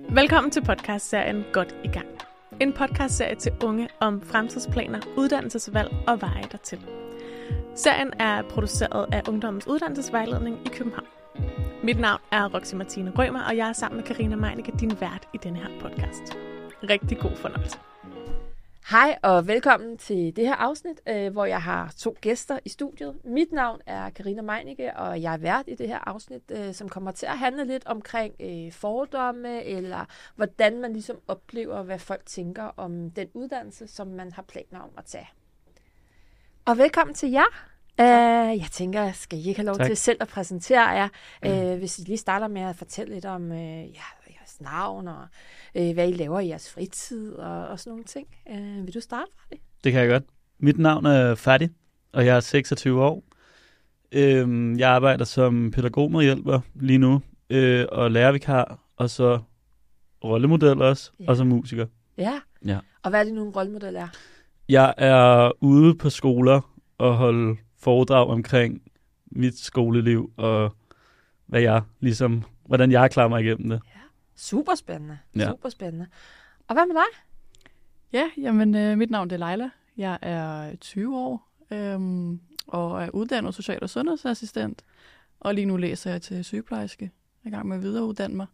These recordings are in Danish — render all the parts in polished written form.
Velkommen til podcastserien Godt i gang. En podcastserie til unge om fremtidsplaner, uddannelsesvalg og veje dertil. Serien er produceret af Ungdommens Uddannelsesvejledning i København. Mit navn er Roxy Martine Rømer, og jeg er sammen med Karina Meinicke, din vært i denne her podcast. Rigtig god fornøjelse. Hej og velkommen til det her afsnit, hvor jeg har 2 gæster i studiet. Mit navn er Karina Meinicke, og jeg er vært i det her afsnit, som kommer til at handle lidt omkring fordomme, eller hvordan man ligesom oplever, hvad folk tænker om den uddannelse, som man har planer om at tage. Og velkommen til jer. Jeg tænker, skal I ikke have lov til selv at præsentere jer, hvis I lige starter med at fortælle lidt om jeres navn, og hvad I laver i jeres fritid, og sådan nogle ting. Vil du starte, Fadi? Det kan jeg godt. Mit navn er Fadi, og jeg er 26 år. Jeg arbejder som pædagogmedhjælper lige nu, og lærervikar, og så rollemodel også, og så musiker. Ja. Og hvad er det nogle rollemodeller? Jeg er ude på skoler og holde foredrag omkring mit skoleliv, og hvordan jeg klarer mig igennem det. Ja. Super spændende. Ja. Super spændende. Og hvad med dig? Ja, jamen mit navn er Leila. Jeg er 20 år og er uddannet social- og sundhedsassistent. Og lige nu læser jeg til sygeplejerske. Jeg er i gang med at videreuddanne mig.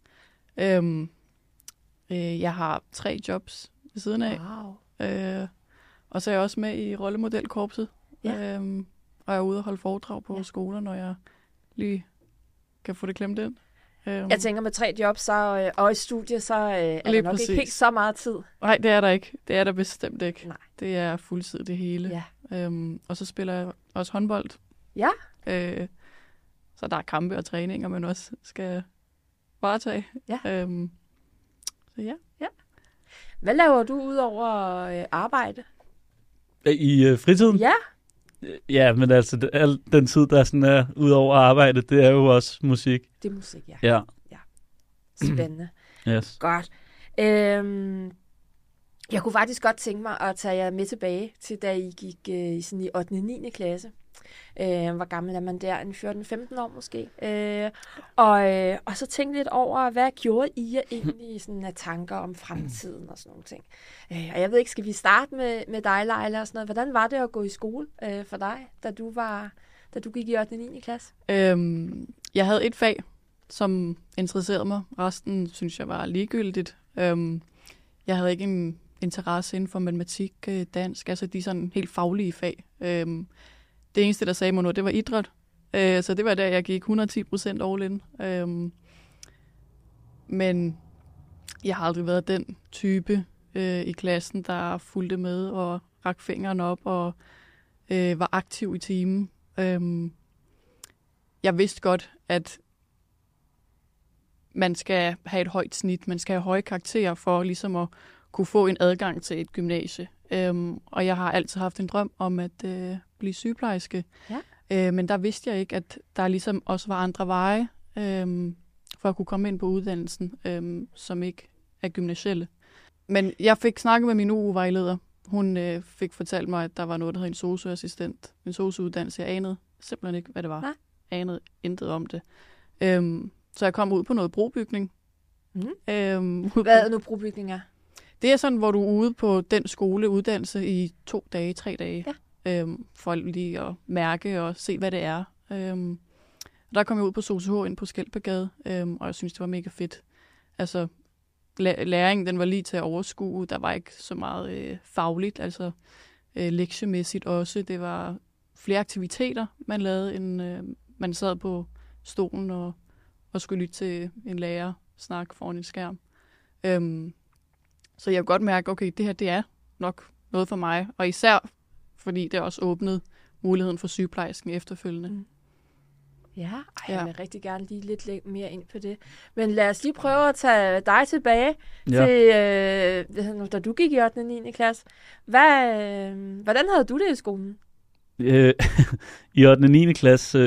Jeg har 3 jobs ved siden af. Wow. Og så er jeg også med i rollemodelkorpset. Ja. Og jeg er ude og holde foredrag på skoler, når jeg lige kan få det klemt ind. Jeg tænker med 3 jobs og i studiet, så er der nok præcis. ikke helt så meget tid. Nej, det er der ikke. Det er der bestemt ikke. Nej. Det er fuldtid det hele. Ja. Og så spiller jeg også håndbold. Ja. Så der er kampe og træninger, man også skal varetage. Ja. Så ja. Hvad laver du ud over arbejde? I fritiden? Ja. Ja, men altså, al den tid, der sådan er ud over arbejde, det er jo også musik. Det er musik, ja. Ja. Spændende. Yes. Godt. Jeg kunne faktisk godt tænke mig at tage jer med tilbage til, da I gik i 8. og 9. klasse. Hvor gammel er man der? En 14-15 år måske. Og så tænke lidt over, hvad gjorde I jer egentlig sådan af tanker om fremtiden og sådan nogle ting. Og jeg ved ikke, skal vi starte med dig, Leila, og sådan noget. Hvordan var det at gå i skole for dig, da du gik i 8. og 9. klasse? Jeg havde et fag, som interesserede mig. Resten synes jeg var ligegyldigt. Jeg havde ikke en interesse inden for matematik, dansk, altså de sådan helt faglige fag. Det eneste, der sagde mig nu, det var idræt. Så det var der, jeg gik 110% all in. Men jeg har aldrig været den type i klassen, der fulgte med og rakte fingeren op og var aktiv i timen. Jeg vidste godt, at man skal have et højt snit, man skal have høje karakterer for ligesom at kunne få en adgang til et gymnasie. Og jeg har altid haft en drøm om at blive sygeplejerske. Ja. Men der vidste jeg ikke, at der ligesom også var andre veje for at kunne komme ind på uddannelsen, som ikke er gymnasielle. Men jeg fik snakket med min UU-vejleder. Hun fik fortalt mig, at der var noget, der hed en sosu-assistent. En sosu-uddannelse. Jeg anede simpelthen ikke, hvad det var. Nej. Jeg anede intet om det. Så jeg kom ud på noget brobygning. Hvad er nu brobygning er? Det er sådan, hvor du er ude på den skoleuddannelse i 2 dage, 3 dage. Ja. For lige at mærke og se, hvad det er. Der kom jeg ud på SOCH ind på Skelpergade, og jeg synes, det var mega fedt. Altså, læringen, den var lige til at overskue. Der var ikke så meget fagligt, altså lektiemæssigt også. Det var flere aktiviteter, man lavede, end man sad på stolen og skulle lytte til en lærer snakke foran en skærm. Så jeg kan godt mærke, okay, det her, det er nok noget for mig. Og især, fordi det også åbnede muligheden for sygeplejersken efterfølgende. Ja, jeg vil rigtig gerne lige lidt mere ind på det. Men lad os lige prøve at tage dig tilbage til, da du gik i 8. og 9. klasse. Hvordan havde du det i skolen? I 8. og 9. klasse,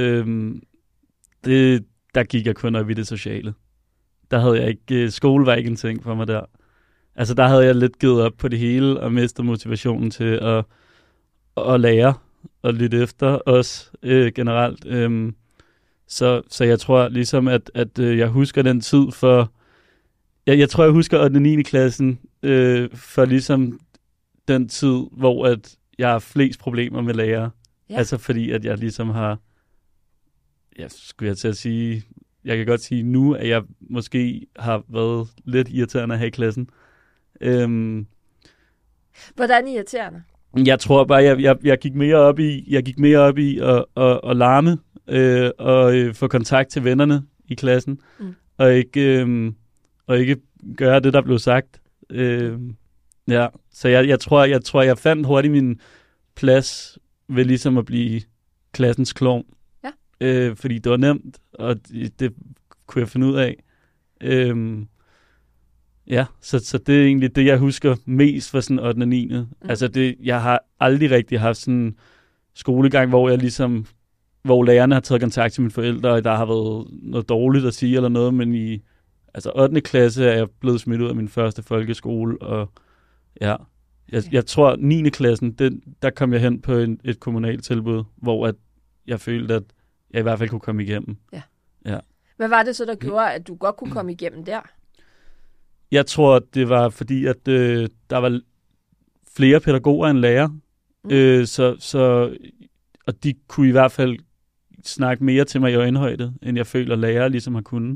der gik jeg kun op i det sociale. Der havde jeg ikke, skole var ikke en ting for mig der. Altså der havde jeg lidt givet op på det hele og mistet motivationen til at lære og lytte efter os generelt. Så jeg tror ligesom, at jeg husker den tid for Jeg tror, jeg husker 8. og 9. klassen for ligesom den tid, hvor at jeg har flest problemer med lærere. Ja. Altså fordi, at jeg ligesom har... skulle jeg til at sige... Jeg kan godt sige nu, at jeg måske har været lidt irriterende her i klassen. Hvordan irriterende? Jeg tror bare, jeg gik mere op i at larme og få kontakt til vennerne i klassen, og ikke gøre det, der blev sagt. Ja, så jeg tror, jeg fandt hurtigt min plads ved ligesom at blive klassens klovn. Ja. Fordi det var nemt, og det kunne jeg finde ud af. Ja, så det er egentlig det, jeg husker mest fra sådan 8. og 9. Altså jeg har aldrig rigtig haft sådan en skolegang, hvor lærerne har taget kontakt til mine forældre, og der har været noget dårligt at sige eller noget, men i 8. klasse er jeg blevet smidt ud af min første folkeskole, og ja, jeg tror 9. klassen, der kom jeg hen på et kommunalt tilbud, hvor at jeg følte, at jeg i hvert fald kunne komme igennem. Ja. Hvad var det så, der gjorde, at du godt kunne komme igennem der? Jeg tror, det var fordi, at der var flere pædagoger end lærer. Og de kunne i hvert fald snakke mere til mig i øjenhøjde, end jeg føler, lærer ligesom har kunnet.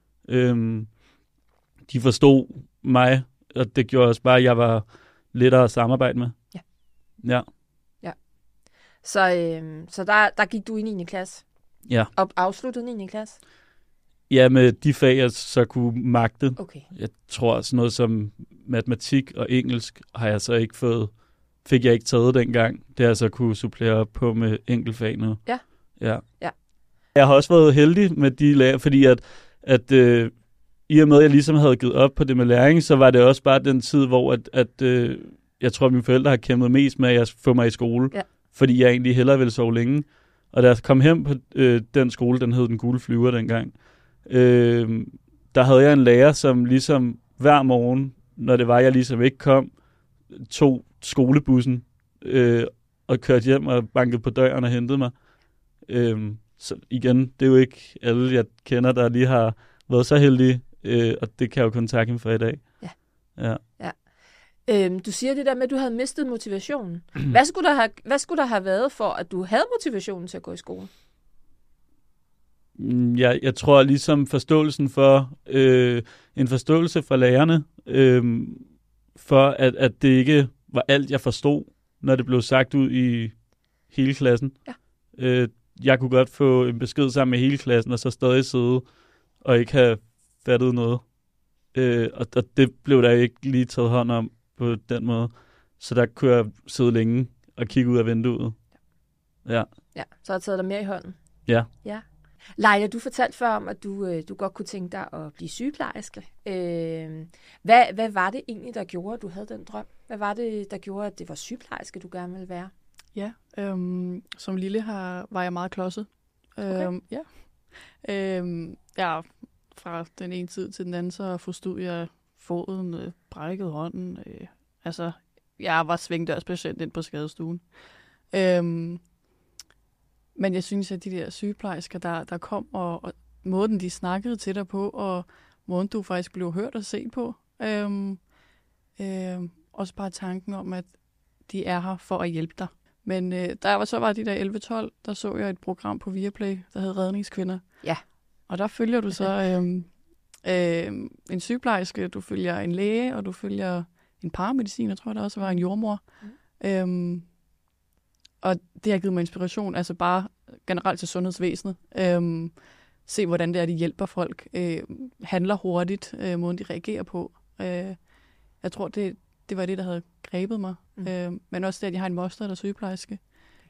De forstod mig, og det gjorde også bare, at jeg var lettere at samarbejde med. Ja. Så der gik du i 9. klasse? Ja. Og afsluttede 9. klasse? Ja, med de fag, jeg så kunne magte. Okay. Jeg tror, sådan noget som matematik og engelsk har jeg så ikke fik jeg ikke taget dengang. Det har jeg så kunne supplere op på med enkeltfag nu. Ja. Jeg har også været heldig med de lærer, fordi at i og med, at jeg ligesom havde givet op på det med læring, så var det også bare den tid, hvor jeg tror, at mine forældre har kæmpet mest med, at jeg får mig i skole. Ja. Fordi jeg egentlig hellere ville sove længe. Og da jeg kom hjem på den skole, den hed Den Gule Flyver dengang, der havde jeg en lærer, som ligesom hver morgen, når det var, jeg ligesom ikke kom, tog skolebussen og kørte hjem og bankede på døren og hentede mig. Så igen, det er jo ikke alle, jeg kender, der lige har været så heldige, og det kan jeg jo kun takke dem for i dag. Ja. Du siger det der med, at du havde mistet motivationen. Hvad skulle der have været for, at du havde motivationen til at gå i skole? Jeg tror ligesom forståelsen for, en forståelse for lærerne, for at det ikke var alt, jeg forstod, når det blev sagt ud i hele klassen. Ja. Jeg kunne godt få en besked sammen med hele klassen, og så stadig sidde og ikke have fattet noget. Og det blev der ikke lige taget hånd om på den måde. Så der kunne jeg sidde længe og kigge ud af vinduet. Ja. Ja, så har jeg taget dig mere i hånden. Ja. Leila, du fortalte før om, at du godt kunne tænke dig at blive sygeplejerske. Hvad var det egentlig, der gjorde, at du havde den drøm? Hvad var det, der gjorde, at det var sygeplejerske, du gerne ville være? Ja, som lille var jeg meget klodset. Okay. Ja, fra den ene tid til den anden, så forstod jeg foden, brækket hånden. Jeg var svingdørspatient ind på skadestuen. Men jeg synes, at de der sygeplejersker, der kom, og måden, de snakkede til dig på, og måden, du faktisk blev hørt og set på. Også bare tanken om, at de er her for at hjælpe dig. Men da jeg så var de der 11-12, der så jeg et program på Viaplay, der hed Redningskvinder. Ja. Og der følger du så en sygeplejerske, du følger en læge, og du følger en paramediciner, tror jeg der også var, en jordmor. Og det har givet mig inspiration, altså bare generelt til sundhedsvæsenet. Se, hvordan det er, de hjælper folk. Handler hurtigt, måden de reagerer på. Jeg tror, det var det, der havde grebet mig. Men også det, at jeg har en moster, der er sygeplejerske.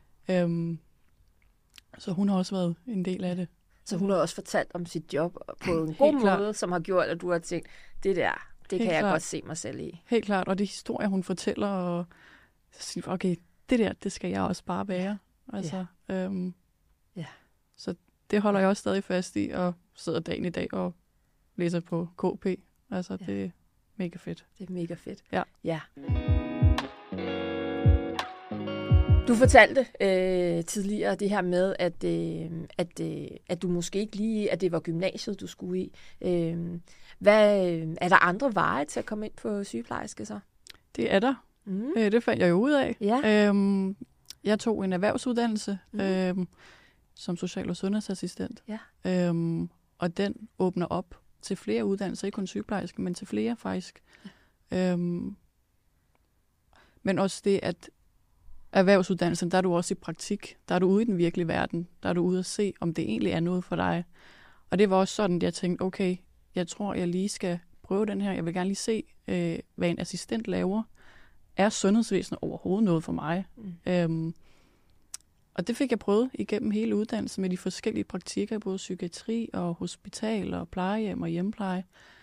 Så hun har også været en del af det. Så hun har også fortalt om sit job på en god måde, som har gjort, at du har tænkt, det kan jeg godt se mig selv i. Helt klart, og det historier, hun fortæller, og så siger okay, det skal jeg også bare være. Altså, Så det holder jeg også stadig fast i, og sidder dagen i dag og læser på KP. Altså, det er mega fedt. Det er mega fedt. Ja. Du fortalte tidligere det her med, at du måske ikke lige, at det var gymnasiet, du skulle i. Er der andre veje til at komme ind på sygeplejerske så? Det er der. Det fandt jeg jo ud af. Ja. Jeg tog en erhvervsuddannelse som social- og sundhedsassistent. Ja. Og den åbner op til flere uddannelser, ikke kun sygeplejerske, men til flere faktisk. Ja. Men også det, at erhvervsuddannelsen, der er du også i praktik. Der er du ude i den virkelige verden. Der er du ude at se, om det egentlig er noget for dig. Og det var også sådan, at jeg tænkte, okay, jeg tror, jeg lige skal prøve den her. Jeg vil gerne lige se, hvad en assistent laver. Er sundhedsvæsenet overhovedet noget for mig? Og det fik jeg prøvet igennem hele uddannelsen med de forskellige praktikker, både psykiatri og hospital og plejehjem og hjemmepleje.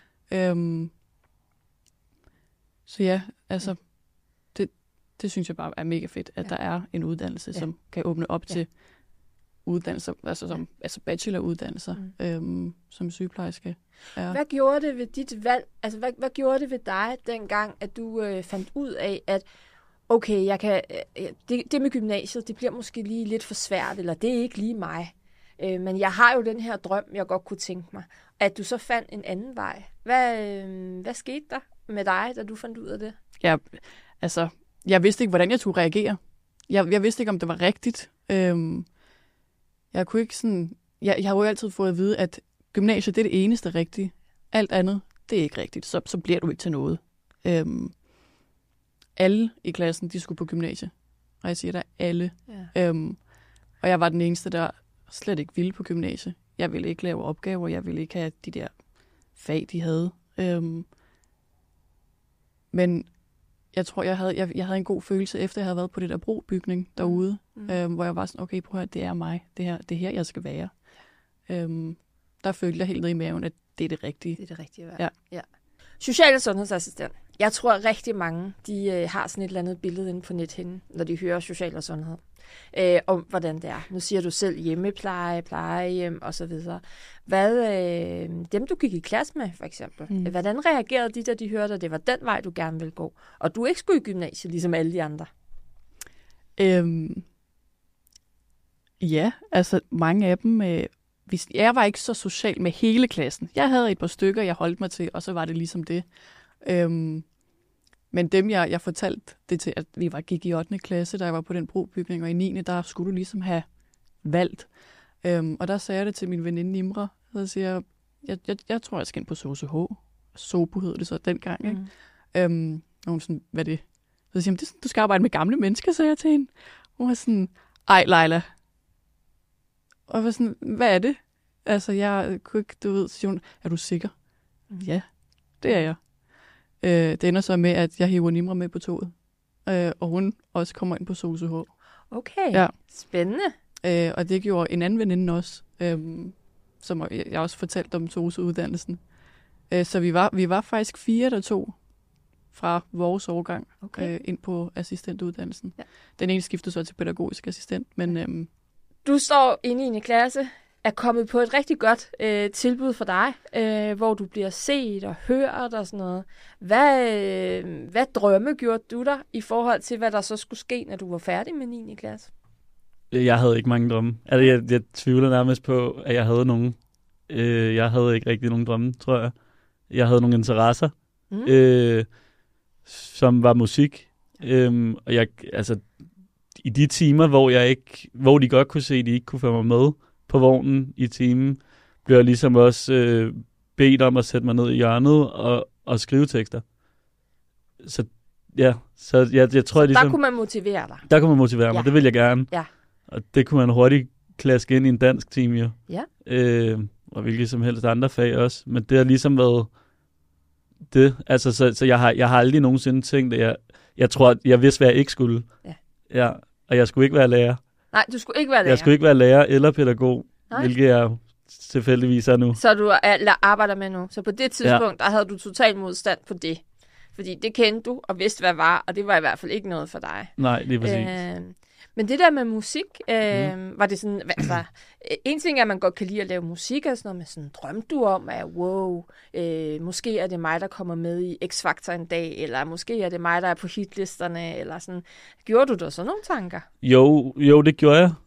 Så ja, altså, det synes jeg bare er mega fedt, at der er en uddannelse, som kan åbne op til uddannelser, altså bacheloruddannelser, som sygeplejerske. Ja. Hvad gjorde det ved dit valg? Altså, hvad gjorde det ved dig dengang, at du fandt ud af, at okay, det med gymnasiet, det bliver måske lige lidt for svært, eller det er ikke lige mig. Men jeg har jo den her drøm, jeg godt kunne tænke mig. At du så fandt en anden vej. Hvad skete der med dig, da du fandt ud af det? Ja, altså, jeg vidste ikke, hvordan jeg skulle reagere. Jeg vidste ikke, om det var rigtigt. Jeg kunne ikke sådan... Jeg har jo altid fået at vide, at gymnasiet, det er det eneste rigtige. Alt andet, det er ikke rigtigt. Så bliver du ikke til noget. Alle i klassen, de skulle på gymnasiet. Og jeg siger der alle. Ja. Og jeg var den eneste, der slet ikke ville på gymnasiet. Jeg ville ikke lave opgaver. Jeg ville ikke have de der fag, de havde. Men jeg tror, jeg havde en god følelse, efter jeg havde været på det der brobygning derude, hvor jeg var sådan, okay, prøv at høre, det er mig. Det er her, jeg skal være. Der følte jeg helt ned i maven, at det er det rigtige. Det er det rigtige at være. Ja. Social- og sundhedsassistent. Jeg tror, at rigtig mange, de har sådan et eller andet billede inde på nethinden, når de hører social og sundhed. Om hvordan det er. Nu siger du selv hjemmepleje, plejehjem osv. Dem du gik i klasse med, for eksempel. Hvordan reagerede de, da de hørte, at det var den vej, du gerne ville gå? Og du ikke skulle i gymnasiet, ligesom alle de andre? Ja, altså mange af dem... Jeg var ikke så social med hele klassen. Jeg havde et par stykker, jeg holdt mig til, og så var det ligesom det. Men dem, jeg fortalte det til, at vi gik i 8. klasse, da jeg var på den brobygning, og i 9. der skulle du ligesom have valgt. Og der sagde jeg det til min veninde Imre, så siger jeg tror, jeg skal ind på SOCH. SOBU hed det så dengang, ikke? Og hun sådan, hvad er det? Så siger jeg, du skal arbejde med gamle mennesker, sagde jeg til hende. Hun var sådan, ej Leila. Og jeg var sådan, hvad er det? Altså, jeg kunne ikke, du ved, siger hun, er du sikker? Ja, det er jeg. Det ender så med, at jeg hiver Nimra med på toget. Og hun også kommer ind på SOCH. Okay, ja. Spændende. Og det gjorde en anden veninde også, som jeg også fortalte om SOCH-uddannelsen. Så vi var faktisk 4, der tog fra vores årgang ind på assistentuddannelsen. Ja. Den ene skiftede så til pædagogisk assistent, men... Du står inde i en klasse, er kommet på et rigtig godt tilbud for dig, hvor du bliver set og hørt og sådan noget. Hvad drømme gjorde du der i forhold til, hvad der så skulle ske, når du var færdig med 9. klasse? Jeg havde ikke mange drømme. Altså, jeg tvivler nærmest på, at jeg havde nogen. Jeg havde ikke rigtig nogen drømme, tror jeg. Jeg havde nogle interesser, som var musik. Og jeg, altså... I de timer, hvor de godt kunne se, at de ikke kunne få mig med på vognen i timen, blev jeg ligesom også bedt om at sætte mig ned i hjørnet og skrive tekster. Så ja, jeg tror, at ligesom, der kunne man motivere dig? Der kunne man motivere mig, det ville jeg gerne. Ja. Og det kunne man hurtigt klaske ind i en dansk time jo. Ja. Og hvilket som helst andre fag også. Men det har ligesom været det. Altså, så jeg har aldrig nogensinde tænkt, at jeg tror, at jeg vidste, hvad jeg ikke skulle. Ja, og jeg skulle ikke være lærer. Nej, du skulle ikke være lærer. Jeg skulle ikke være lærer eller pædagog, hvilket jeg tilfældigvis er nu. Så du arbejder med nu. Så på det tidspunkt, der havde du total modstand på det. Fordi det kendte du og vidste, hvad var, og det var i hvert fald ikke noget for dig. Nej, lige præcis. Men det der med musik, var det sådan, altså, en ting er, at man godt kan lide at lave musik, og sådan noget, men sådan, drømte du om, at måske er det mig, der kommer med i X-Factor en dag, eller måske er det mig, der er på hitlisterne, eller sådan. Gjorde du da sådan nogle tanker? Jo, det gjorde jeg.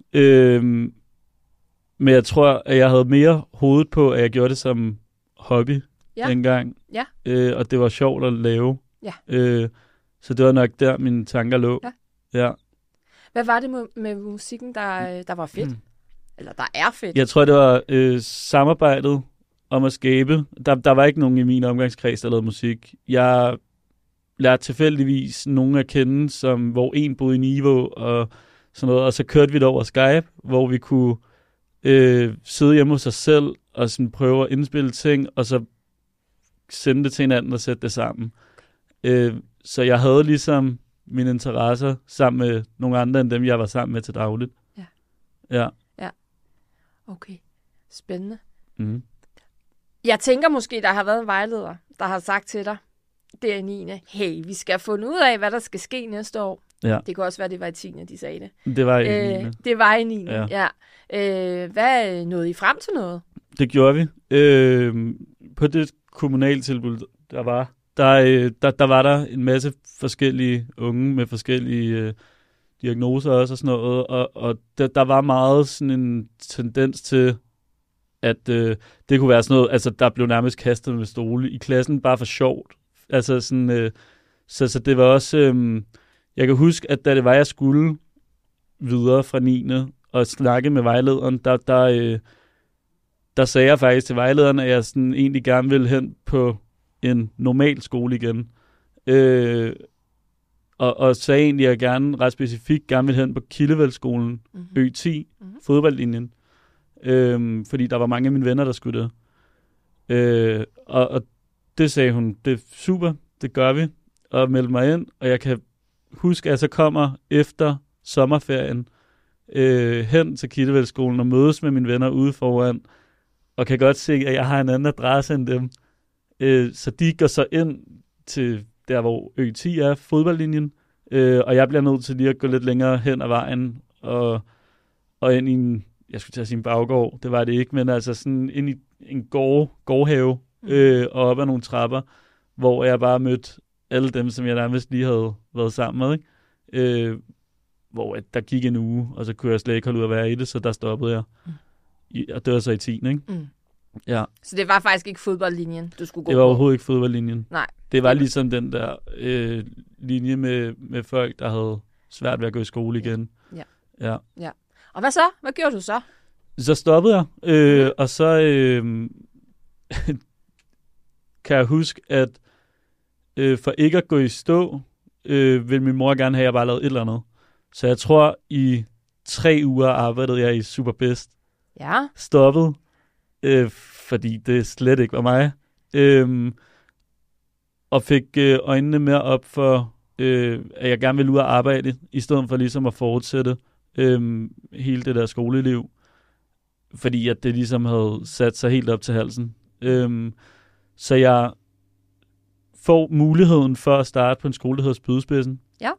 Men jeg tror, at jeg havde mere hovedet på, at jeg gjorde det som hobby dengang. Ja. Og det var sjovt at lave. Ja. Så det var nok der, mine tanker lå. Ja. Hvad var det med musikken, der var fedt? Eller der er fedt? Jeg tror, det var samarbejdet om at skabe. Der var ikke nogen i min omgangskreds, der lavede musik. Jeg lærte tilfældigvis nogen at kende, hvor en boede i Niveau og sådan noget. Og så kørte vi det over Skype, hvor vi kunne sidde hjemme hos os selv og sådan prøve at indspille ting, og så sende det til hinanden og sætte det sammen. Så jeg havde ligesom mine interesser sammen med nogle andre end dem, jeg var sammen med til dagligt. Ja. Okay. Spændende. Mm. Jeg tænker måske, der har været en vejleder, der har sagt til dig, det er 9. Hey, vi skal finde ud af, hvad der skal ske næste år. Ja. Det kan også være, det var i 10. de sagde det. Det var i 9. Det var i 9. Ja. Hvad nåede I frem til noget? Det gjorde vi. På det kommunaltilbud, der var, der var der en masse forskellige unge med forskellige diagnoser også og sådan noget, og der var meget sådan en tendens til, at det kunne være sådan noget, altså der blev nærmest kastet med stole i klassen, bare for sjovt. Altså sådan, så det var også, jeg kan huske, at da det var, jeg skulle videre fra 9. og snakke med vejlederen, der sagde jeg faktisk til vejlederen, at jeg sådan egentlig gerne ville hen på en normal skole igen. Og sagde egentlig, at jeg gerne ret specifikt gerne ville hen på Kildevældsskolen, Ø10, fodboldlinjen. Fordi der var mange af mine venner, der skulle det. Og det sagde hun, det er super, det gør vi. Og meldte mig ind, og jeg kan huske, at jeg så kommer efter sommerferien hen til Kildevældsskolen og mødes med mine venner ude foran, og kan godt se, at jeg har en anden adresse end dem. Så de går så ind til der, hvor Ø10 er, fodboldlinjen, og jeg bliver nødt til lige at gå lidt længere hen ad vejen, og ind i en, jeg skulle til at sige en baggård, det var det ikke, men altså sådan ind i en gårdhave, og op ad nogle trapper, hvor jeg bare mødte alle dem, som jeg nærmest lige havde været sammen med, ikke? Hvor der gik en uge, og så kunne jeg slet ikke holde ud at være i det, så der stoppede jeg. Og det var så i 10, ikke? Ja. Så det var faktisk ikke fodboldlinjen, du skulle gå på? Det var overhovedet ikke fodboldlinjen. Nej. Det var ligesom den der linje med folk, der havde svært ved at gå i skole igen. Ja. Og hvad så? Hvad gjorde du så? Så stoppede jeg, og så kan jeg huske, at for ikke at gå i stå, ville min mor gerne have, at jeg bare lavede et eller andet. Så jeg tror, i 3 uger arbejdede jeg i Superbest. Ja. Stoppet, fordi det slet ikke var mig. Og fik øjnene mere op for, at jeg gerne ville ud og arbejde, i stedet for ligesom at fortsætte hele det der skoleliv. Fordi at det ligesom havde sat sig helt op til halsen. Så jeg får muligheden for at starte på en skole, der hedder Spydspidsen. Ja.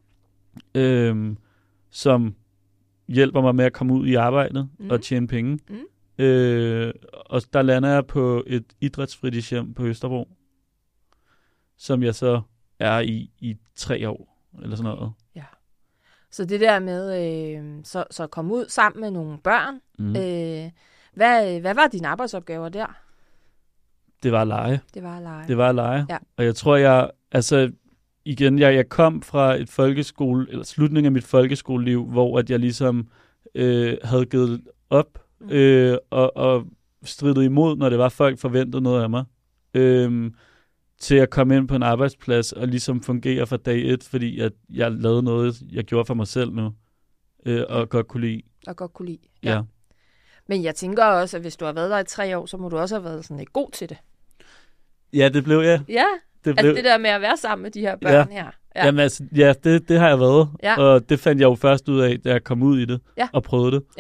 Som hjælper mig med at komme ud i arbejdet og tjene penge. Og der lander jeg på et idrætsfritidshjem på Østerbro, som jeg så er i 3 år, eller sådan noget. Ja. Så det der med så komme ud sammen med nogle børn. Hvad var dine arbejdsopgaver der? Det var at lege. Det var at lege. Ja. Og jeg tror, jeg kom fra et folkeskole, eller slutningen af mit folkeskoleliv, hvor at jeg ligesom havde givet op og stridet imod, når det var, folk forventede noget af mig. Til at komme ind på en arbejdsplads og ligesom fungere fra dag 1, fordi at jeg lavede noget, jeg gjorde for mig selv nu, og godt kunne lide. Ja. Men jeg tænker også, at hvis du har været der i 3 år, så må du også have været sådan lidt god til det. Ja, det blev jeg. Ja, det der med at være sammen med de her børn her. Ja. Jamen altså, det har jeg været. Ja. Og det fandt jeg jo først ud af, da jeg kom ud i det og prøvede det.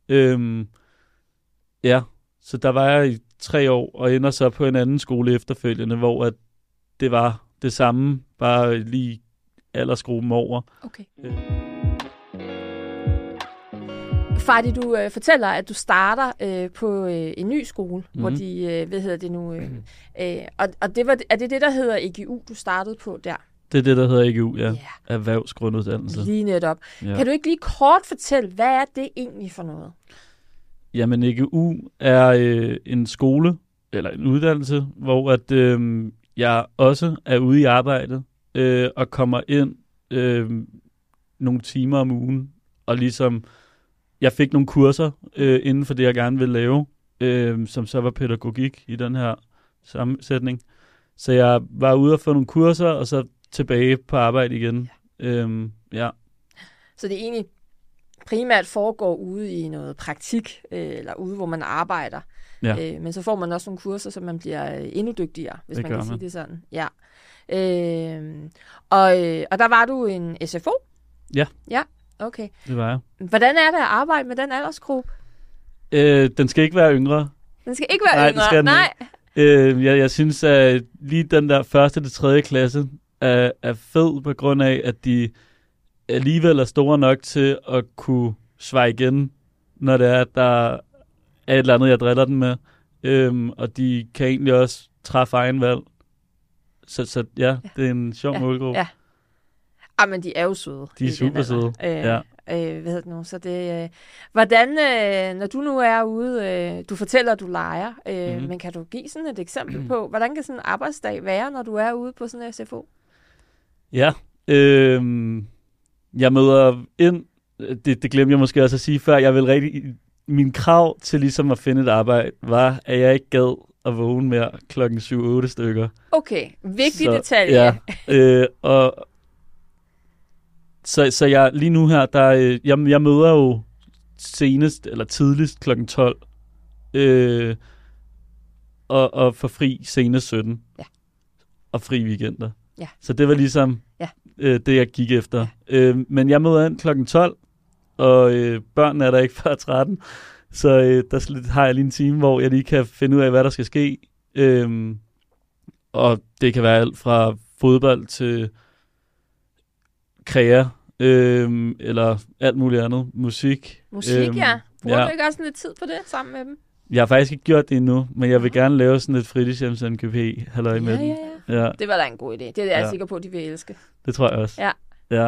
Ja. Så der var jeg i 3 år, og ender så på en anden skole efterfølgende, hvor at det var det samme, bare lige aldersgruppen over. Okay. Fadi, du fortæller, at du starter på en ny skole, hvor de, hvad hedder det nu, og er det, der hedder EGU, du startede på der? Det er det, der hedder EGU, ja. Erhvervsgrunduddannelse. Lige netop. Ja. Kan du ikke lige kort fortælle, hvad er det egentlig for noget? Jamen, EGU er en skole, eller en uddannelse, hvor at, jeg også er ude i arbejdet, og kommer ind nogle timer om ugen, og ligesom, jeg fik nogle kurser inden for det, jeg gerne ville lave, som så var pædagogik i den her sammensætning. Så jeg var ude og få nogle kurser, og så tilbage på arbejde igen. Ja. Så det egentlig primært foregår ude i noget praktik, eller ude, hvor man arbejder. Ja. Men så får man også nogle kurser, så man bliver endnu dygtigere, hvis Det man kan gør sige man. det sådan. Ja. Og der var du en SFO? Ja. Ja, okay. Det var jeg. Hvordan er det at arbejde med den aldersgruppe? Den skal ikke være yngre. Den skal ikke være Nej, yngre. det skal den Nej. Jeg synes, at lige den der 1. til 3. klasse er fed på grund af, at de alligevel er store nok til at kunne svare igen, når det er, at der er et eller andet, jeg driller den med. Og de kan egentlig også træffe egen valg. Så ja, det er en sjov målgruppe. Ja. Men de er jo søde. De er super søde. Ja. Hvad hedder det nu? Så det, hvordan, når du nu er ude, du fortæller, at du leger, men kan du give sådan et eksempel på, hvordan kan sådan en arbejdsdag være, når du er ude på sådan en SFO? Ja, jeg møder ind, det glemte jeg måske også at sige før, jeg vil rigtig, min krav til ligesom at finde et arbejde, var, at jeg ikke gad at vågne mere klokken 7-8 stykker. Okay, vigtig detalje. Ja, så jeg lige nu her, jeg møder jo senest, eller tidligst klokken 12, og får fri senest 17. Ja. Og fri weekender. Ja. Så det var ligesom det, jeg gik efter. Ja. Men jeg møder ind klokken 12, og børnene er der ikke før 13. Så der har jeg lige en time, hvor jeg lige kan finde ud af, hvad der skal ske. Og det kan være alt fra fodbold til krea, eller alt muligt andet. Musik. Musik, ja. Bruger du ikke også lidt tid på det sammen med dem? Jeg har faktisk ikke gjort det endnu, men jeg vil gerne lave sådan et fritidshjems MGP halløj med dem. Ja. Det var da en god idé. Det er jeg sikker på, at de vil elske. Det tror jeg også. Ja.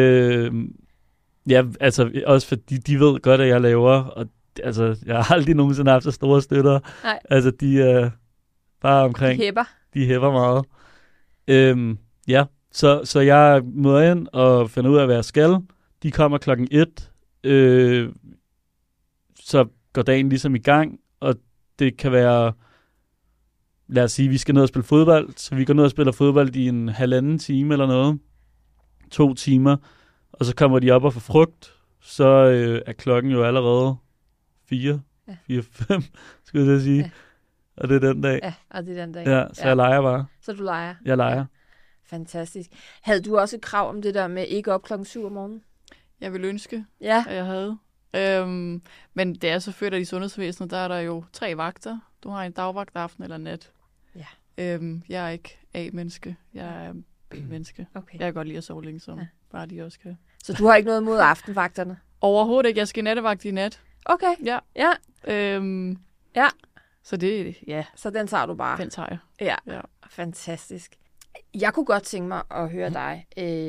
Ja, altså også fordi de ved godt, at jeg laver, og altså, jeg har aldrig nogensinde haft så store støtter. Nej. Altså, de er bare omkring. De hæpper meget. Ja, så jeg møder ind og finder ud af, hvad jeg skal. De kommer klokken 1. Så går dagen ligesom i gang, og det kan være, lad os sige, vi skal ned og spille fodbold, så vi går ned og spiller fodbold i en 1,5 time eller noget. 2 timer, og så kommer de op og får frugt, så er klokken jo allerede 4, 5, skulle jeg sige. Ja. Og det er den dag. Ja, og det er den dag. Ja, så jeg leger bare. Så du leger? Jeg leger. Ja. Fantastisk. Havde du også et krav om det der med ikke op klokken 7 om morgenen? Jeg ville ønske, at jeg havde. Men det er selvfølgelig, at i sundhedsvæsenet, der er der jo 3 vagter. Du har en dagvagt, aften eller nat. Ja. Jeg er ikke A-menneske. Jeg er B-menneske. Okay. Jeg kan godt lide at sove længe, som bare de også kan. Så du har ikke noget mod aftenvagterne? Overhovedet ikke. Jeg skal nattevagt i nat. Okay. Ja. Ja. Ja. Så det, Så den tager du bare? Den tager jeg. Ja. Fantastisk. Jeg kunne godt tænke mig at høre dig.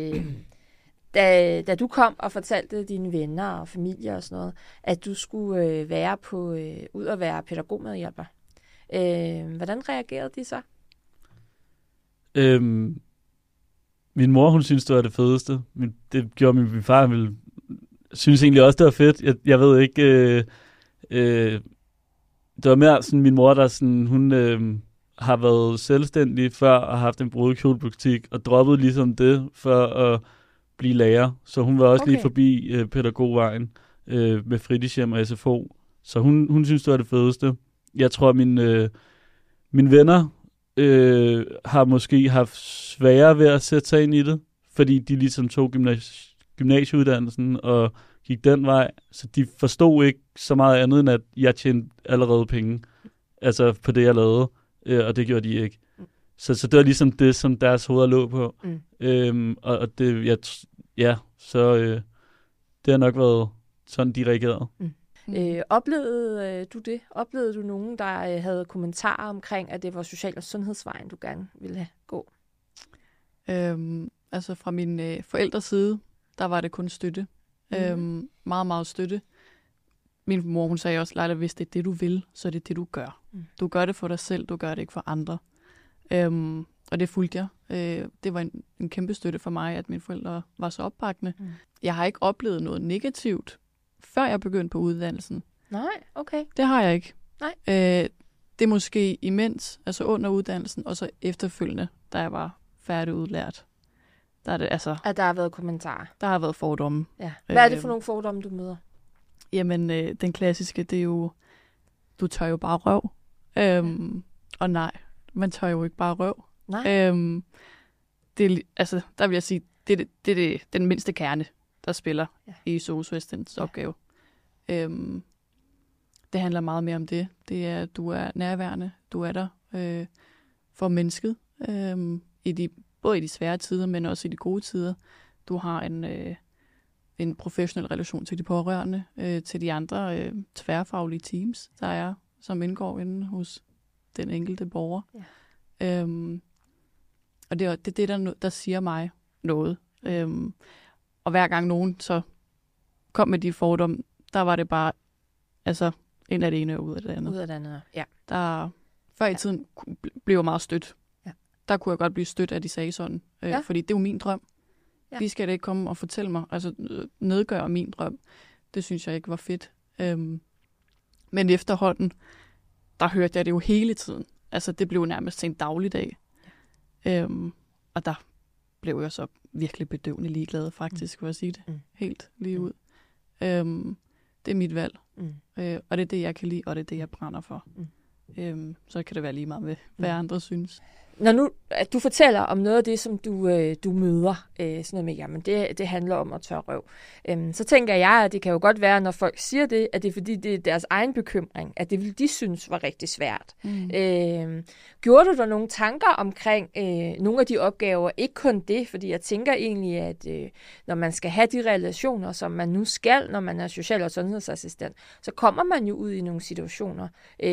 Da du kom og fortalte dine venner og familie og sådan noget, at du skulle være ud og være pædagogmedhjælper. Hvordan reagerede de så? Min mor, hun synes det var det fedeste. Det gjorde min far, han synes egentlig også, det var fedt. Jeg ved ikke... det var mere sådan min mor, der sådan... Hun har været selvstændig før og har haft en brudekjolebutik og droppede ligesom det for at blive lærer. Så hun var også lige forbi pædagogvejen med fritidshjem og SFO. Så hun synes det var det fedeste. Jeg tror, mine venner har måske haft sværere ved at sætte sig ind i det, fordi de ligesom tog gymnasieuddannelsen og gik den vej, så de forstod ikke så meget andet, end at jeg tjente allerede penge, altså på det, jeg lavede, og det gjorde de ikke. Så det var ligesom det, som deres hoveder lå på. Og det, det har nok været sådan dirigeret. Oplevede du det? Oplevede du nogen, der havde kommentarer omkring, at det var social- og sundhedsvejen, du gerne ville gå? Altså fra min forældres side, der var det kun støtte. Meget, meget støtte. Min mor, hun sagde også, Leila, hvis det er det, du vil, så er det det, du gør. Du gør det for dig selv, du gør det ikke for andre. Og det fulgte jeg. Det var en kæmpe støtte for mig, at mine forældre var så opbakkende. Jeg har ikke oplevet noget negativt, før jeg begyndte på uddannelsen. Nej, okay. Det har jeg ikke. Nej. Det er måske imens, altså under uddannelsen, og så efterfølgende, da jeg var færdigudlært. Der er det, altså, At der har været kommentarer. der har været fordomme. Ja. Hvad er det for nogle fordomme, du møder? Jamen, den klassiske, det er jo, du tør jo bare røv. Og nej, man tør jo ikke bare røv. Nej. Det, altså, der vil jeg sige, det er den mindste kerne, der spiller i sosu-assistentens opgave. Det handler meget mere om det. Det er, at du er nærværende, du er der for mennesket, både i de svære tider, men også i de gode tider. Du har en professionel relation til de pårørende, til de andre tværfaglige teams, der er, som indgår inde hos den enkelte borger. Ja. Og det er det, der siger mig noget. Og hver gang nogen så kom med de fordomme, der var det bare, altså, ind af det ene og ud af det andet. Ud af det andet, ja. Der, før i tiden blev jeg meget stødt. Ja. Der kunne jeg godt blive stødt, at de sagde sådan. Fordi det er jo min drøm. Ja. De skal da ikke komme og fortælle mig, altså nedgøre min drøm. Det synes jeg ikke var fedt. Men efterhånden, der hørte jeg det jo hele tiden. Altså, det blev nærmest til en dagligdag. Ja. Og der blev jeg så virkelig bedøvende ligeglad, faktisk, vil jeg sige det. Helt lige ud. Det er mit valg. Og det er det, jeg kan lide, og det er det, jeg brænder for. Så kan det være lige meget, hvad andre synes. Når nu at du fortæller om noget af det, som du møder, sådan noget med, jamen det handler om at tørre røv, så tænker jeg, at det kan jo godt være, når folk siger det, at det er fordi, det er deres egen bekymring, at det ville de synes var rigtig svært. Gjorde du der nogle tanker omkring nogle af de opgaver, ikke kun det, fordi jeg tænker egentlig, at når man skal have de relationer, som man nu skal, når man er social- og sundhedsassistent, så kommer man jo ud i nogle situationer,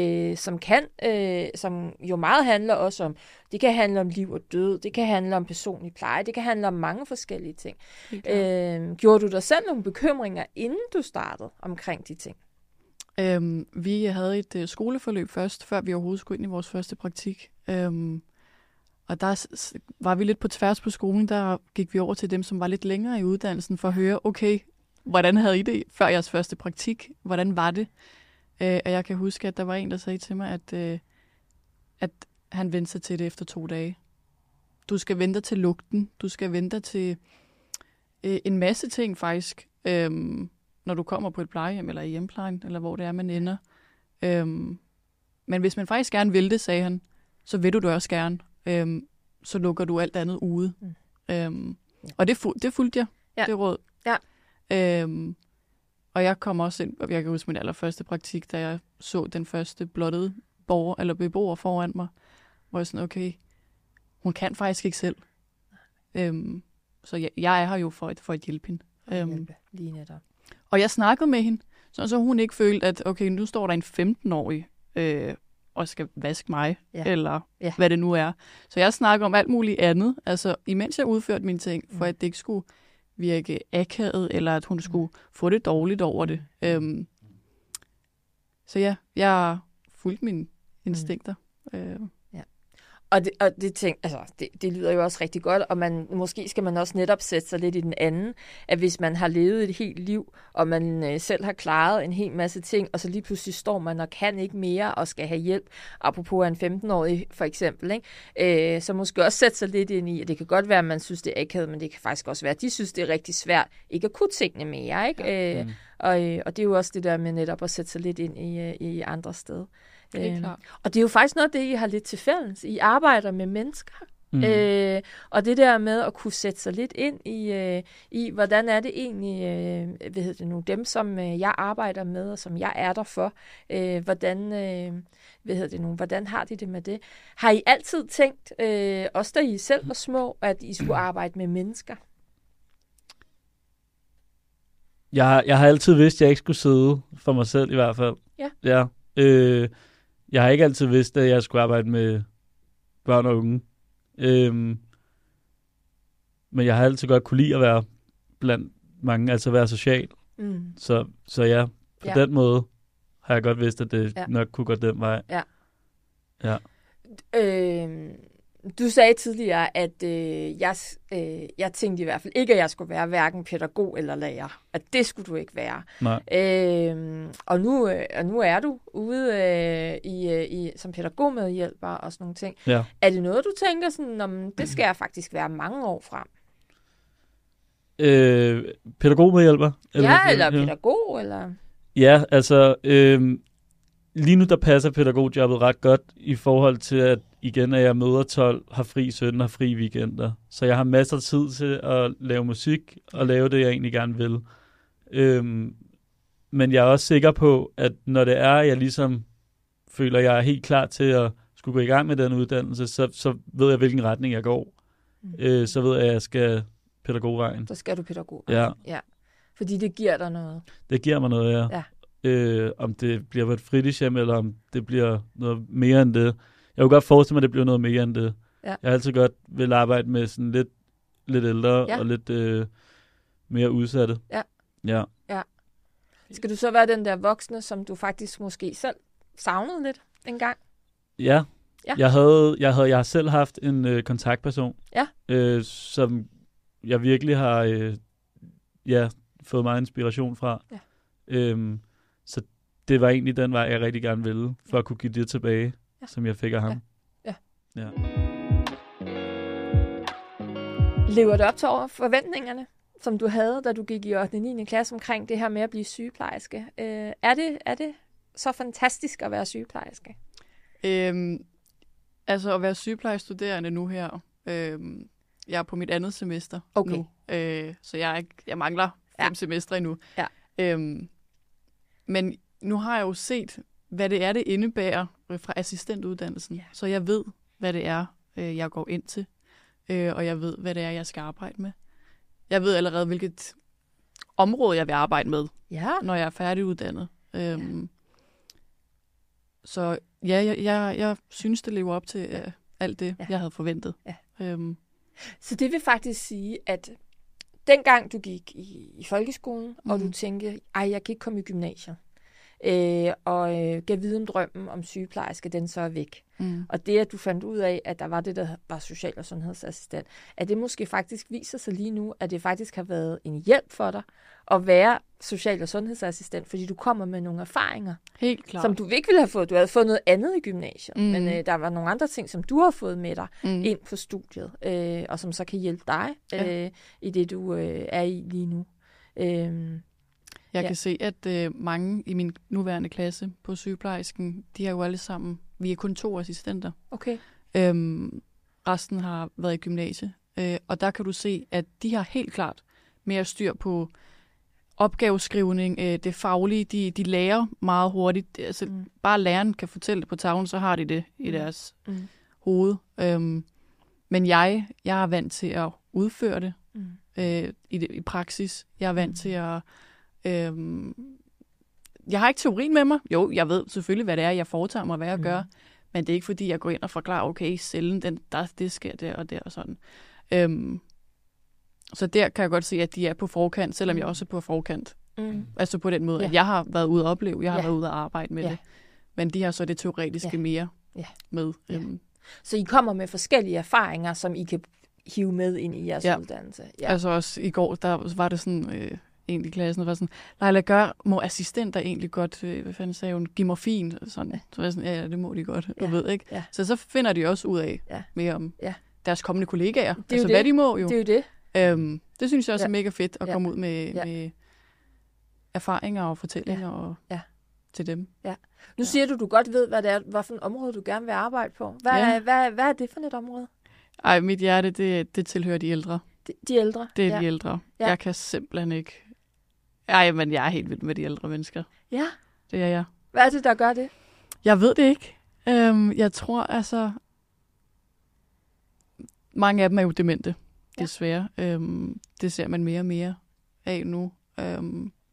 som jo meget handler også om. Det kan handle om liv og død, det kan handle om personlig pleje, det kan handle om mange forskellige ting. Gjorde du dig selv nogle bekymringer, inden du startede omkring de ting? Vi havde et skoleforløb først, før vi overhovedet skulle ind i vores første praktik. Og der var vi lidt på tværs på skolen, der gik vi over til dem, som var lidt længere i uddannelsen, for at høre, okay, hvordan havde I det før jeres første praktik? Hvordan var det? Og jeg kan huske, at der var en, der sagde til mig, at han vendte sig til det efter 2 dage. Du skal vente til lugten. Du skal vente til en masse ting faktisk, når du kommer på et plejehjem eller i hjemplejen, eller hvor det er, man ender. Men hvis man faktisk gerne vil det, sagde han, så vil du det også gerne. Så lukker du alt andet ude. Og det fulgte jeg, det råd. Ja. Og jeg kom også ind, og jeg kan huske min allerførste praktik, da jeg så den første blottede borger eller beboer foran mig, hvor jeg sådan, okay, hun kan faktisk ikke selv. Så jeg er her jo for at hjælpe hende. Lige netop. Og jeg snakkede med hende, så hun ikke følte, at okay, nu står der en 15-årig og skal vaske mig, eller hvad det nu er. Så jeg snakker om alt muligt andet, altså imens jeg udførte mine ting, for at det ikke skulle virke akavet, eller at hun skulle få det dårligt over det. Så ja, jeg fulgte mine instinkter. Og det lyder jo også rigtig godt, og måske skal man også netop sætte sig lidt i den anden, at hvis man har levet et helt liv, og man selv har klaret en hel masse ting, og så lige pludselig står man og kan ikke mere, og skal have hjælp, apropos en 15-årig for eksempel, ikke? Så måske også sætte sig lidt ind i, at det kan godt være, at man synes, det er akavet, men det kan faktisk også være, at de synes, det er rigtig svært ikke at kunne tingene mere, ikke? Og det er jo også det der med netop at sætte sig lidt ind i andre steder. Og det er jo faktisk noget af det, I har lidt til fælles. I arbejder med mennesker. Og det der med at kunne sætte sig lidt ind i hvordan er det egentlig, dem som jeg arbejder med, og som jeg er der for, hvordan har de det med det? Har I altid tænkt, også da I selv var små, at I skulle arbejde med mennesker? Jeg har altid vidst, at jeg ikke skulle sidde for mig selv i hvert fald. Ja. Jeg har ikke altid vidst, at jeg skulle arbejde med børn og unge. Men jeg har altid godt kunne lide at være blandt mange, altså være social. Så ja, på den måde har jeg godt vidst, at det nok kunne gå den vej. Ja. Du sagde tidligere, at jeg tænkte i hvert fald ikke, at jeg skulle være hverken pædagog eller lærer. At det skulle du ikke være. Nej. Og nu er du ude som pædagogmedhjælper og sådan nogle ting. Ja. Er det noget, du tænker sådan, det skal jeg faktisk være mange år frem? Pædagogmedhjælper? Eller pædagog, eller... Ja, altså... Lige nu, der passer pædagogjobbet ret godt i forhold til, at igen er jeg møder 12, har fri søndag, har fri weekender. Så jeg har masser af tid til at lave musik og lave det, jeg egentlig gerne vil. Men jeg er også sikker på, at når det er, jeg ligesom føler, at jeg er helt klar til at skulle gå i gang med den uddannelse, så ved jeg, hvilken retning jeg går. Så ved jeg, at jeg skal pædagogvejen. Så skal du pædagogvejen. Ja. Fordi det giver dig noget. Det giver mig noget, ja. Om det bliver et fritidshjem, eller om det bliver noget mere end det. Jeg kunne godt forestille mig, at det bliver noget mere end det. Ja. Jeg har altid godt vil arbejde med sådan lidt ældre og lidt mere udsatte. Ja. Skal du så være den der voksne, som du faktisk måske selv savnede lidt engang? Ja. Jeg har selv haft en kontaktperson, som jeg virkelig har fået meget inspiration fra. Ja. Så det var egentlig den vej, jeg rigtig gerne ville, for at kunne give det tilbage, som jeg fik af ham. Ja. Lever det op til over forventningerne, som du havde, da du gik i 8. og 9. klasse omkring det her med at blive sygeplejerske? Er det så fantastisk at være sygeplejerske? Altså at være sygeplejestuderende nu her, jeg er på mit andet semester nu, så jeg mangler 5 semestre endnu. Ja. Men nu har jeg jo set, hvad det er, det indebærer fra assistentuddannelsen. Ja. Så jeg ved, hvad det er, jeg går ind til. Og jeg ved, hvad det er, jeg skal arbejde med. Jeg ved allerede, hvilket område, jeg vil arbejde med, når jeg er færdiguddannet. Så jeg synes, det lever op til alt det, jeg havde forventet. Ja. Så det vil faktisk sige, at dengang du gik i folkeskolen, og du tænkte, jeg kan ikke komme i gymnasiet, og gav vide om drømmen om sygeplejerske, den så er væk. Og det, at du fandt ud af, at der var det, der var social- og sundhedsassistent, at det måske faktisk viser sig lige nu, at det faktisk har været en hjælp for dig at være social- og sundhedsassistent, fordi du kommer med nogle erfaringer, helt klart, som du ikke ville have fået. Du havde fået noget andet i gymnasiet, men der var nogle andre ting, som du har fået med dig ind på studiet, og som så kan hjælpe dig i det, du er i lige nu. Jeg kan se, at mange i min nuværende klasse på sygeplejersken, de har jo alle sammen, vi er kun 2 assistenter. Okay. Resten har været i gymnasie. Og der kan du se, at de har helt klart mere styr på opgaveskrivning, det faglige. De lærer meget hurtigt. Altså, bare læreren kan fortælle det på tavlen, så har de det i deres hoved. Men jeg er vant til at udføre det i praksis. Jeg er vant til at... jeg har ikke teorien med mig. Jo, jeg ved selvfølgelig, hvad det er, jeg foretager mig, hvad jeg gør. Men det er ikke, fordi jeg går ind og forklarer, okay, cellen, det sker der og der og sådan. Så der kan jeg godt se, at de er på forkant, selvom jeg også er på forkant. Altså på den måde, at jeg har været ude at opleve, jeg har været ude at arbejde med det. Men de har så det teoretiske mere med. Så I kommer med forskellige erfaringer, som I kan hive med ind i jeres uddannelse. Ja. Altså også i går, der var det sådan... en i klassen, var sådan, Leila, må assistenter egentlig godt, hvad fanden sagde hun, give morfin? Sådan. Så var jeg sådan, ja, det må de godt, du ved, ikke? Ja. Så finder de også ud af mere om deres kommende kollegaer. Det altså, hvad de må jo. Det er jo det. Det synes jeg også er mega fedt, at komme ud med erfaringer og fortællinger til dem. Ja. Nu siger du godt ved, hvad for et område, du gerne vil arbejde på. Hvad er det for et område? Ej, mit hjerte, det tilhører de ældre. De ældre? Det er de ældre. Ja. Jeg kan simpelthen ikke... Ej, men jeg er helt vild med de ældre mennesker. Ja? Det er jeg. Hvad er det, der gør det? Jeg ved det ikke. Jeg tror altså... Mange af dem er jo demente, desværre. Det ser man mere og mere af nu.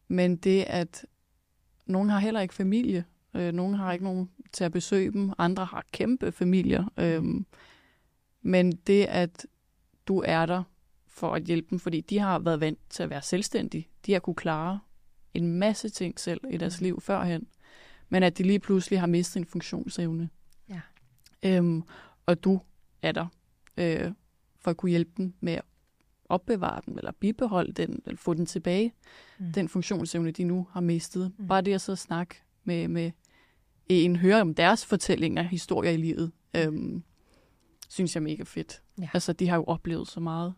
Men det, at nogen har heller ikke familie, nogen har ikke nogen til at besøge dem, andre har kæmpe familier. Men det, at du er der for at hjælpe dem, fordi de har været vant til at være selvstændige. De har kunne klare en masse ting selv i deres liv førhen. Men at de lige pludselig har mistet en funktionsevne. Ja. Og du er der for at kunne hjælpe dem med at opbevare den, eller bibeholde den, eller få den tilbage. Den funktionsevne, de nu har mistet. Bare det at så snakke med en, høre om deres fortællinger, historier i livet, synes jeg er mega fedt. Ja. Altså, de har jo oplevet så meget.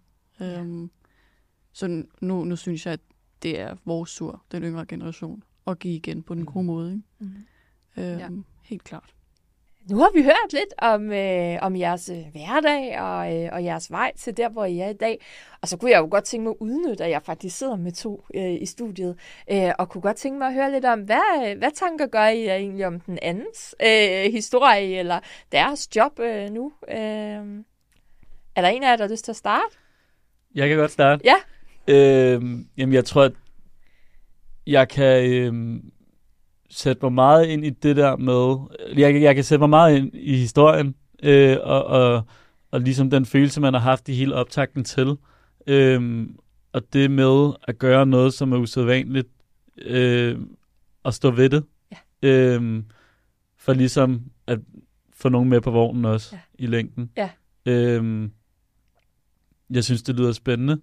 Så nu synes jeg, at det er vores tur, den yngre generation, at give igen på den gode måde. Ikke? Helt klart. Nu har vi hørt lidt om jeres hverdag og jeres vej til der, hvor I er i dag. Og så kunne jeg jo godt tænke mig at udnytte, at jeg faktisk sidder med 2 i studiet. Og kunne godt tænke mig at høre lidt om, hvad tanker gør I egentlig om den andens historie eller deres job nu? Er der en af jer, der har lyst til at starte? Jeg kan godt starte. Ja. Jamen, jeg tror, at jeg kan sætte mig meget ind i det der med... Jeg kan sætte mig meget ind i historien, og ligesom den følelse, man har haft i hele optakten til. Og det med at gøre noget, som er usædvanligt, og stå ved det. Ja. For ligesom at få nogen med på vognen også i længden. Ja. Jeg synes, det lyder spændende.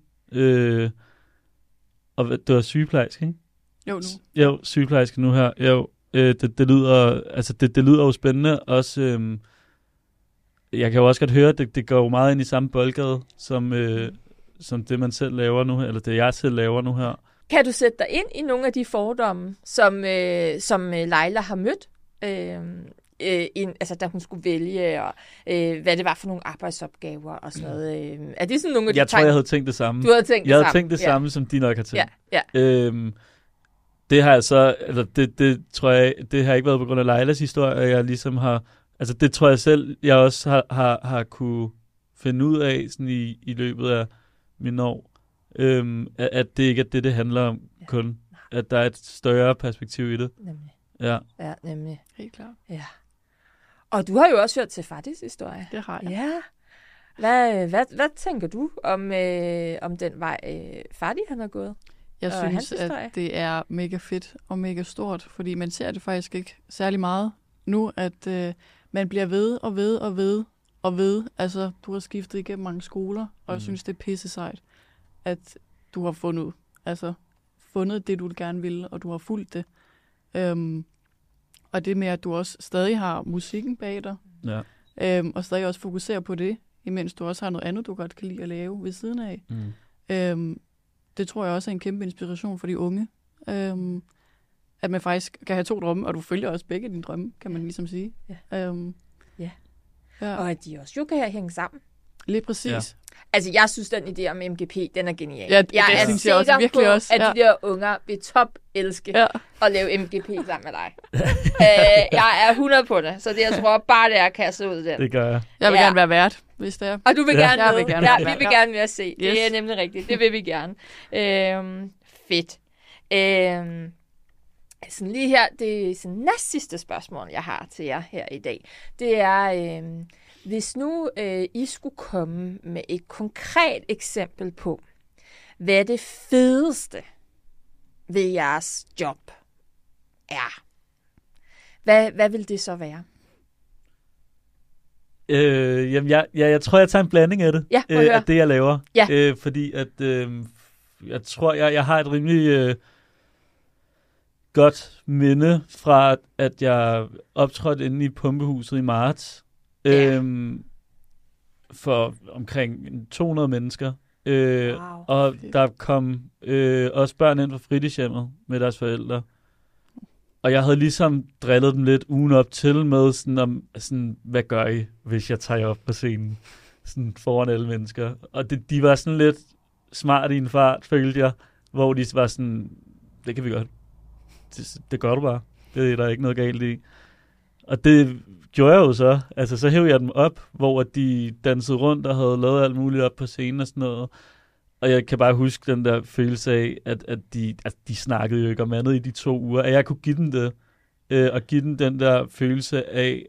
Og du er sygeplejerske, ikke? Jo, nu. Jo, sygeplejerske nu her. Jo, det lyder, altså det lyder jo spændende. Også, jeg kan jo også godt høre, at det går jo meget ind i samme boldgade, som det, man selv laver nu her, eller det, jeg selv laver nu her. Kan du sætte dig ind i nogle af de fordomme, som Leila har mødt? Altså da hun skulle vælge, og hvad det var for nogle arbejdsopgaver og sådan noget. Er det sådan nogle af de Jeg tror, jeg havde tænkt det samme. Du havde tænkt det jeg samme? havde tænkt det samme, som de nok har tænkt. Ja. Det har jeg så, eller det tror jeg, det har ikke været på grund af Leilas historie, jeg ligesom har, altså det tror jeg selv, jeg også har kunne finde ud af sådan i løbet af mine år, at det ikke er det handler om kun, at der er et større perspektiv i det. Nemlig. Ja. Ja, nemlig. Helt klart. Ja. Og du har jo også hørt til Fadis historie. Det har jeg. Ja. Hvad tænker du om den vej, Fadi han har gået? Jeg synes, at det er mega fedt og mega stort, fordi man ser det faktisk ikke særlig meget nu, at man bliver ved og ved og ved og ved. Altså, du har skiftet igennem mange skoler, og jeg synes, det er pisse sejt, at du har fundet det, du gerne ville, og du har fulgt det. Og det med, at du også stadig har musikken bag dig, og stadig også fokuserer på det, imens du også har noget andet, du godt kan lide at lave ved siden af. Det tror jeg også er en kæmpe inspiration for de unge. At man faktisk kan have 2 drømme, og du følger også begge dine drømme, kan man ligesom sige. Ja. Og at de også jo kan hænge sammen. Lige præcis. Ja. Altså, jeg synes, den idé om MGP, den er genial. Ja, det synes jeg også virkelig på, også. At de der unger vil elske at lave MGP sammen med dig. Jeg er 100 på det, så det jeg tror bare, det er at kaste ud den. Det gør jeg. Jeg vil gerne være vært, hvis det er. Og du vil gerne med. Vi vil gerne med at se. Yes. Det er nemlig rigtigt. Det vil vi gerne. Fedt. Sådan lige her, det er sådan næst sidste spørgsmål, jeg har til jer her i dag. Det er, hvis nu I skulle komme med et konkret eksempel på, hvad det fedeste ved jeres job er. Hvad vil det så være? Jamen, jeg tror, jeg tager en blanding af det. Ja, af det, jeg laver. Ja. Fordi at jeg tror, jeg har et rimelig godt minde fra, at jeg optrådte inde i Pumpehuset i marts. For omkring 200 mennesker. Wow. Og der kom også børn ind fra fritidshjemmet med deres forældre. Og jeg havde ligesom drillet dem lidt ugen op til med sådan, hvad gør I, hvis jeg tager jer op på scenen? Sådan foran alle mennesker. Og de var sådan lidt smart i en fart, følte jeg. Hvor de var sådan, det kan vi godt. Det gør du bare. Det er der ikke noget galt i. Og det gjorde jeg jo så. Altså, så hævde jeg dem op, hvor de dansede rundt og havde lavet alt muligt op på scenen og sådan noget. Og jeg kan bare huske den der følelse af, at de snakkede jo ikke om andet i de 2 uger, at jeg kunne give den det, og give den der følelse af,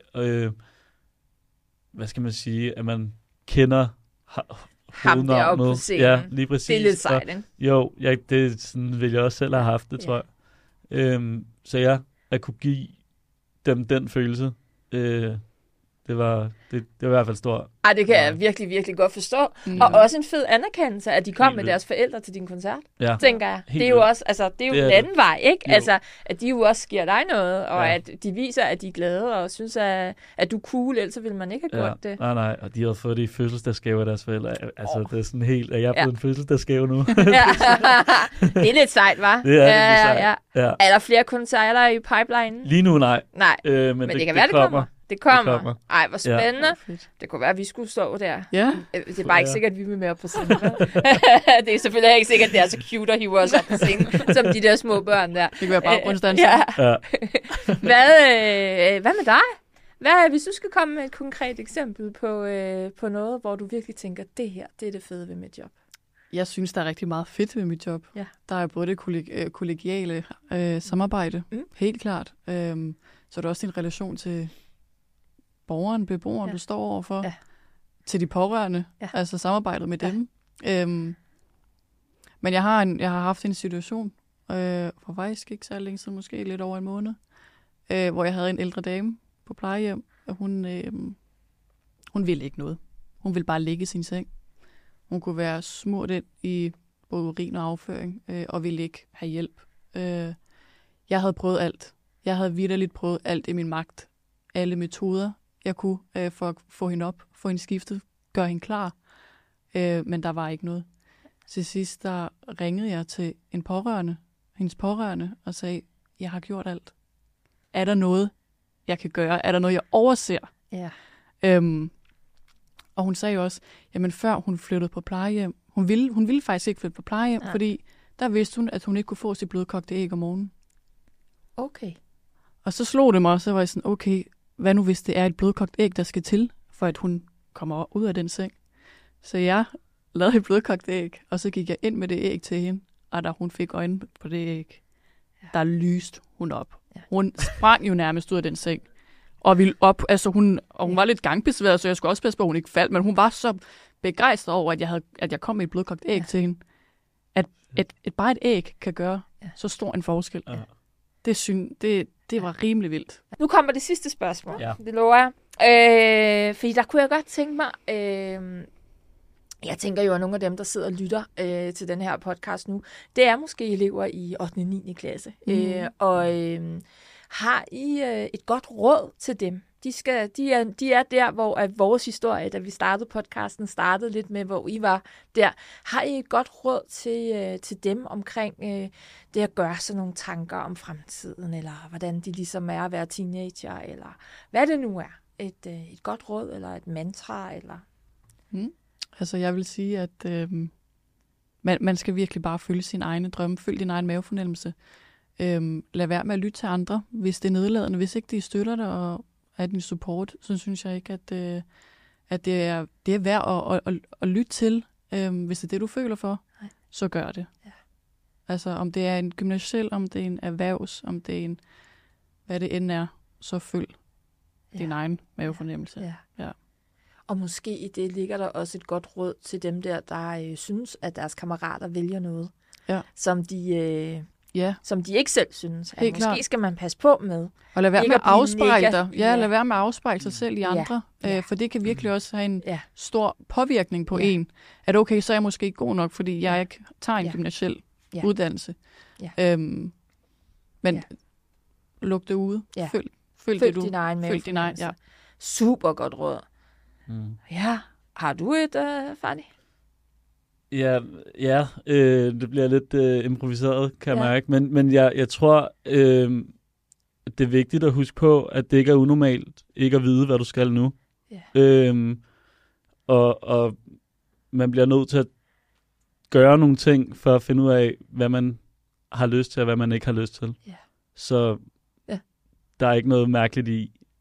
hvad skal man sige, at man kender ham deroppe på scenen. Ja, lige præcis. Det er lidt sejt, ikke? Jo, det sådan vil jeg også selv have haft det, tror jeg. Så ja, at kunne give dem den følelse, det var i hvert fald stort. Ej, det kan jeg virkelig, virkelig godt forstå. Og også en fed anerkendelse, at de kom med deres forældre til din koncert, tænker jeg. Det er jo også, altså, det er jo en anden vej, ikke? Jo. Altså, at de jo også giver dig noget, og at de viser, at de er glade, og synes, at du er cool, ellers ville man ikke have gjort det. Nej, og de havde fået det i fødselsdagsgave af deres forældre. Altså, det er sådan helt, at jeg er blevet en fødselsdagsgave nu. Det er lidt sejt, hva'? Det er lidt sejt. Ja. Er der flere koncerter i pipeline? Lige nu, nej. Men det kan være, det kommer. Det kommer. Ej, hvor spændende. Ja. Det kunne være, at vi skulle stå der. Ja. Det er bare ikke sikkert, at vi vil med op på scenen. Det er selvfølgelig ikke sikkert, at det er så cute at hive os op på scenen, som de der små børn der. Det kan være baggrundsdanser. Ja. Hvad med dig? Hvis du skal komme med et konkret eksempel på noget, hvor du virkelig tænker, det her, det er det fede ved mit job. Jeg synes, der er rigtig meget fedt ved mit job. Ja. Der er både det kollegiale samarbejde, helt klart. Så er der også en relation til beboeren, du står overfor, til de pårørende, altså samarbejdet med dem. Men jeg har haft en situation, for faktisk ikke så længe siden, måske lidt over en måned, hvor jeg havde en ældre dame på plejehjem, og hun ville ikke noget. Hun ville bare ligge i sin seng. Hun kunne være smurt ind i både urin og afføring, og ville ikke have hjælp. Jeg havde prøvet alt. Jeg havde vitterligt prøvet alt i min magt. Alle metoder, jeg kunne for at få hende op, få hende skiftet, gøre hende klar. Men der var ikke noget. Til sidst, der ringede jeg til hendes pårørende, og sagde, jeg har gjort alt. Er der noget, jeg kan gøre? Er der noget, jeg overser? Ja. Og hun sagde også, jamen før hun flyttede på plejehjem, hun ville faktisk ikke flytte på plejehjem, fordi der vidste hun, at hun ikke kunne få sit blødkogte æg om morgenen. Okay. Og så slog det mig, og så var jeg sådan, okay, hvad nu hvis det er et blødkogt æg, der skal til, for at hun kommer ud af den seng? Så jeg lavede et blødkogt æg, og så gik jeg ind med det æg til hende, og da hun fik øjnene på det æg, der lyste hun op. Ja. Hun sprang jo nærmest ud af den seng, og ville op, altså hun var lidt gangbesværet, så jeg skulle også passe på, at hun ikke faldt, men hun var så begejstret over, at jeg kom med et blødkogt æg til hende, at bare et æg kan gøre så stor en forskel. Ja. Det var rimelig vildt. Nu kommer det sidste spørgsmål. Ja. Det lover jeg. Fordi der kunne jeg godt tænke mig... jeg tænker jo, at nogle af dem, der sidder og lytter til den her podcast nu, det er måske elever i 8. og 9. klasse. Har I et godt råd til dem? De er der, hvor at vores historie, da vi startede podcasten, startede lidt med, hvor I var der. Har I et godt råd til dem omkring det at gøre sig nogle tanker om fremtiden, eller hvordan de ligesom er at være teenager, eller hvad det nu er? Et godt råd, eller et mantra, eller... Altså, jeg vil sige, at man skal virkelig bare følge sin egne drømme, følge din egen mavefornemmelse. Lad være med at lytte til andre, hvis det er nedladende. Hvis ikke de støtter dig og er din support, så synes jeg ikke, at det er værd at lytte til. Hvis det er det, du føler for, så gør det. Ja. Altså, om det er en gymnasiel, om det er en erhvervs, om det er en, hvad det end er, så følg din egen mavefornemmelse. Ja. Og måske i det ligger der også et godt råd til dem der synes, at deres kammerater vælger noget, som de ikke selv synes. At måske skal man passe på med. Og lad være med at afspejle dig. Ja, lad være med at afspejle sig selv i andre. For det kan virkelig også have en stor påvirkning på en. At okay, så er jeg måske ikke god nok, fordi jeg ikke tager en gymnasiel uddannelse. Ja. Men luk det ude. Ja. Følg det, din egen med. Følg din egen, Super godt råd. Ja. Har du et, Fanny? Ja, det bliver lidt improviseret, kan jeg mærke. Men jeg tror, det er vigtigt at huske på, at det ikke er unormalt ikke at vide, hvad du skal nu. Yeah. Og man bliver nødt til at gøre nogle ting, for at finde ud af, hvad man har lyst til, og hvad man ikke har lyst til. Yeah. Så der er ikke noget mærkeligt i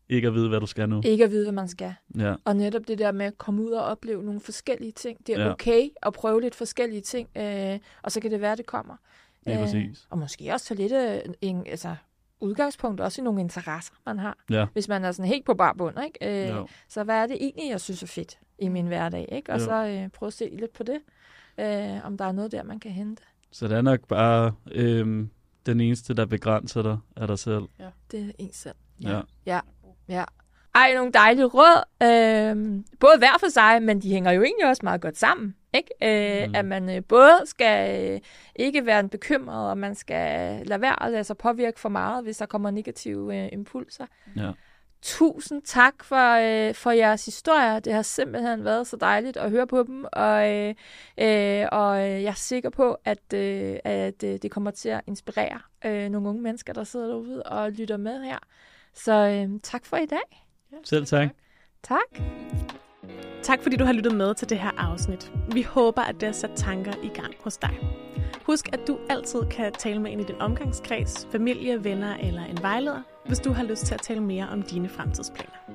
ikke at vide, hvad du skal nu. Ikke at vide, hvad man skal. Ja. Og netop det der med at komme ud og opleve nogle forskellige ting. Det er Ja. okay at prøve lidt forskellige ting, og så kan det være, det kommer. Lige præcis. Og måske også tage lidt udgangspunkt også i nogle interesser, man har. Ja. Hvis man er sådan helt på bar bund, ikke? Jo. Så hvad er det egentlig, jeg synes er fedt i min hverdag, ikke? Og Jo. så prøve at se lidt på det, om der er noget der, man kan hente. Så det er nok bare den eneste, der begrænser dig, er dig selv. Det er en selv. Ja. Ja. Ej, nogle dejlige råd. Både hver for sig, men de hænger jo egentlig også meget godt sammen. Ikke? At man både skal ikke være bekymret, og man skal lade være at lade sig påvirke for meget, hvis der kommer negative impulser. Ja. Tusind tak for jeres historier. Det har simpelthen været så dejligt at høre på dem, og jeg er sikker på, at det kommer til at inspirere nogle unge mennesker, der sidder derude og lytter med her. Så tak for i dag. Selv tak. Tak. Tak fordi du har lyttet med til det her afsnit. Vi håber, at det har sat tanker i gang hos dig. Husk, at du altid kan tale med en i din omgangskreds, familie, venner eller en vejleder, hvis du har lyst til at tale mere om dine fremtidsplaner.